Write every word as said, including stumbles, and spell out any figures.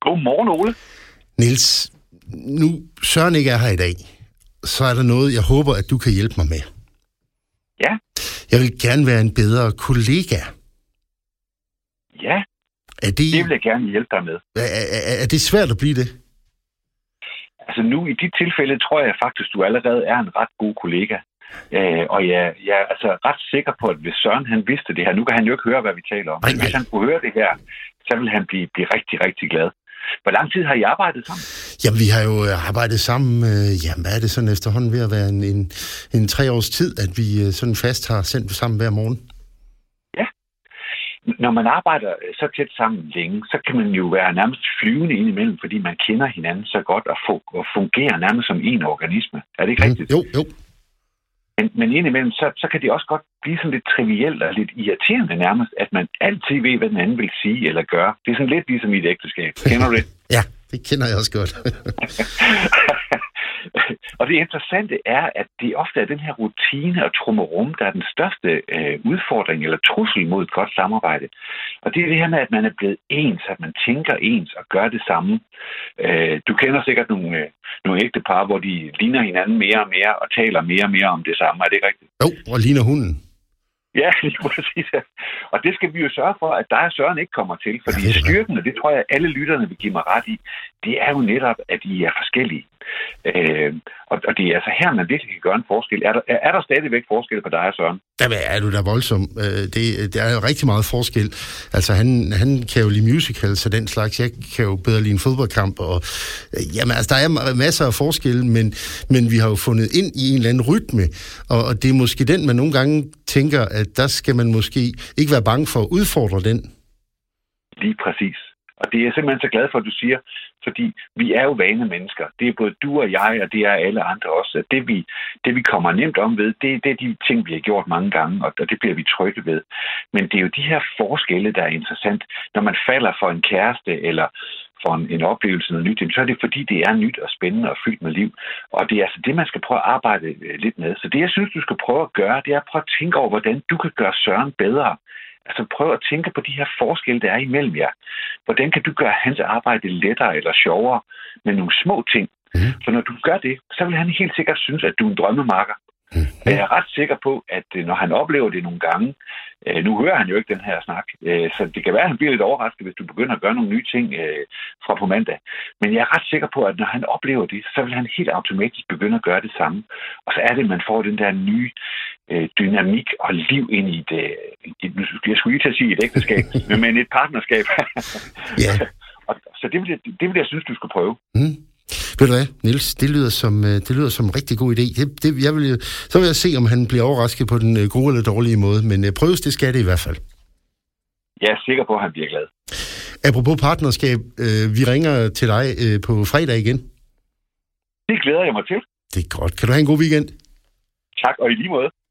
Godmorgen, Ole. Niels, nu Søren ikke er her i dag, så er der noget, jeg håber, at du kan hjælpe mig med. Ja. Jeg vil gerne være en bedre kollega. Ja, er det, det vil jeg gerne hjælpe dig med. Er, er, er det svært at blive det? Altså nu, i de tilfælde, tror jeg faktisk, du allerede er en ret god kollega. Øh, og jeg, jeg er altså ret sikker på, at hvis Søren han vidste det her, nu kan han jo ikke høre, hvad vi taler om. Men hvis han kunne høre det her, så vil han blive, blive rigtig, rigtig glad. Hvor lang tid har I arbejdet sammen? Jamen, vi har jo arbejdet sammen, øh, jamen, hvad er det sådan efterhånden ved at være en, en, en tre års tid, at vi sådan fast har sendt sammen hver morgen? Ja. Når man arbejder så tæt sammen længe, så kan man jo være nærmest flyvende indimellem, fordi man kender hinanden så godt og, fu- og fungerer nærmest som en organisme. Er det ikke rigtigt? Mm, jo, jo. Men, men indimellem, så, så kan det også godt blive sådan lidt trivielt og lidt irriterende nærmest, at man altid ved, hvad den anden vil sige eller gøre. Det er sådan lidt ligesom i et ægteskab. Kender du det? Ja, det kender jeg også godt. Og det interessante er, at det ofte er den her rutine og trummerum, der er den største øh, udfordring eller trussel mod et godt samarbejde. Og det er det her med, at man er blevet ens, at man tænker ens og gør det samme. Øh, du kender sikkert nogle, øh, nogle ægte par, hvor de ligner hinanden mere og mere og taler mere og mere om det samme. Er det rigtigt? Jo, og ligner hunden. Ja, lige præcis. Og det skal vi jo sørge for, at dig og Søren ikke kommer til. Fordi ja, styrken, og det tror jeg, at alle lytterne vil give mig ret i, det er jo netop, at I er forskellige. Øh, og, og det er altså her, man virkelig kan gøre en forskel. Er der, er der stadigvæk forskel på dig og Søren? Jamen, er du da voldsom. Det, det er jo rigtig meget forskel. Altså, han, han kan jo lide musicals og den slags. Jeg kan jo bedre lide en fodboldkamp. Og, jamen, altså, der er masser af forskel, men, men vi har jo fundet ind i en eller anden rytme. Og, og det er måske den, man nogle gange tænker, at der skal man måske ikke være bange for at udfordre den. Lige præcis. Og det er jeg simpelthen så glad for, at du siger, fordi vi er jo vane mennesker. Det er både du og jeg, og det er alle andre også. At det, vi, det, vi kommer nemt om ved, det, det er de ting, vi har gjort mange gange, og det bliver vi trygge ved. Men det er jo de her forskelle, der er interessant. Når man falder for en kæreste, eller for en, en oplevelse noget nyt, så er det fordi, det er nyt og spændende og fyldt med liv. Og det er altså det, man skal prøve at arbejde lidt med. Så det, jeg synes, du skal prøve at gøre, det er at prøve at tænke over, hvordan du kan gøre Søren bedre. Altså prøv at tænke på de her forskelle, der er imellem jer. Hvordan kan du gøre hans arbejde lettere eller sjovere med nogle små ting? Mm. Så når du gør det, så vil han helt sikkert synes, at du er en drømmemarker. Mm. Jeg er ret sikker på, at når han oplever det nogle gange, øh, nu hører han jo ikke den her snak, øh, så det kan være, at han bliver lidt overrasket, hvis du begynder at gøre nogle nye ting øh, fra på mandag. Men jeg er ret sikker på, at når han oplever det, så vil han helt automatisk begynde at gøre det samme. Og så er det, at man får den der nye øh, dynamik og liv ind i det. Jeg skulle lige til at sige et ægteskab, men et partnerskab. Yeah. Og, så det vil, jeg, det vil jeg synes, du skal prøve. Mm. Ved du hvad, Niels, det lyder som, det lyder som en rigtig god idé. Det, det, jeg vil, så vil jeg se, om han bliver overrasket på den gode eller dårlige måde, men prøves, det skal det i hvert fald. Jeg er sikker på, at han bliver glad. Apropos partnerskab, øh, vi ringer til dig øh, på fredag igen. Det glæder jeg mig til. Det er godt. Kan du have en god weekend? Tak, og i lige måde.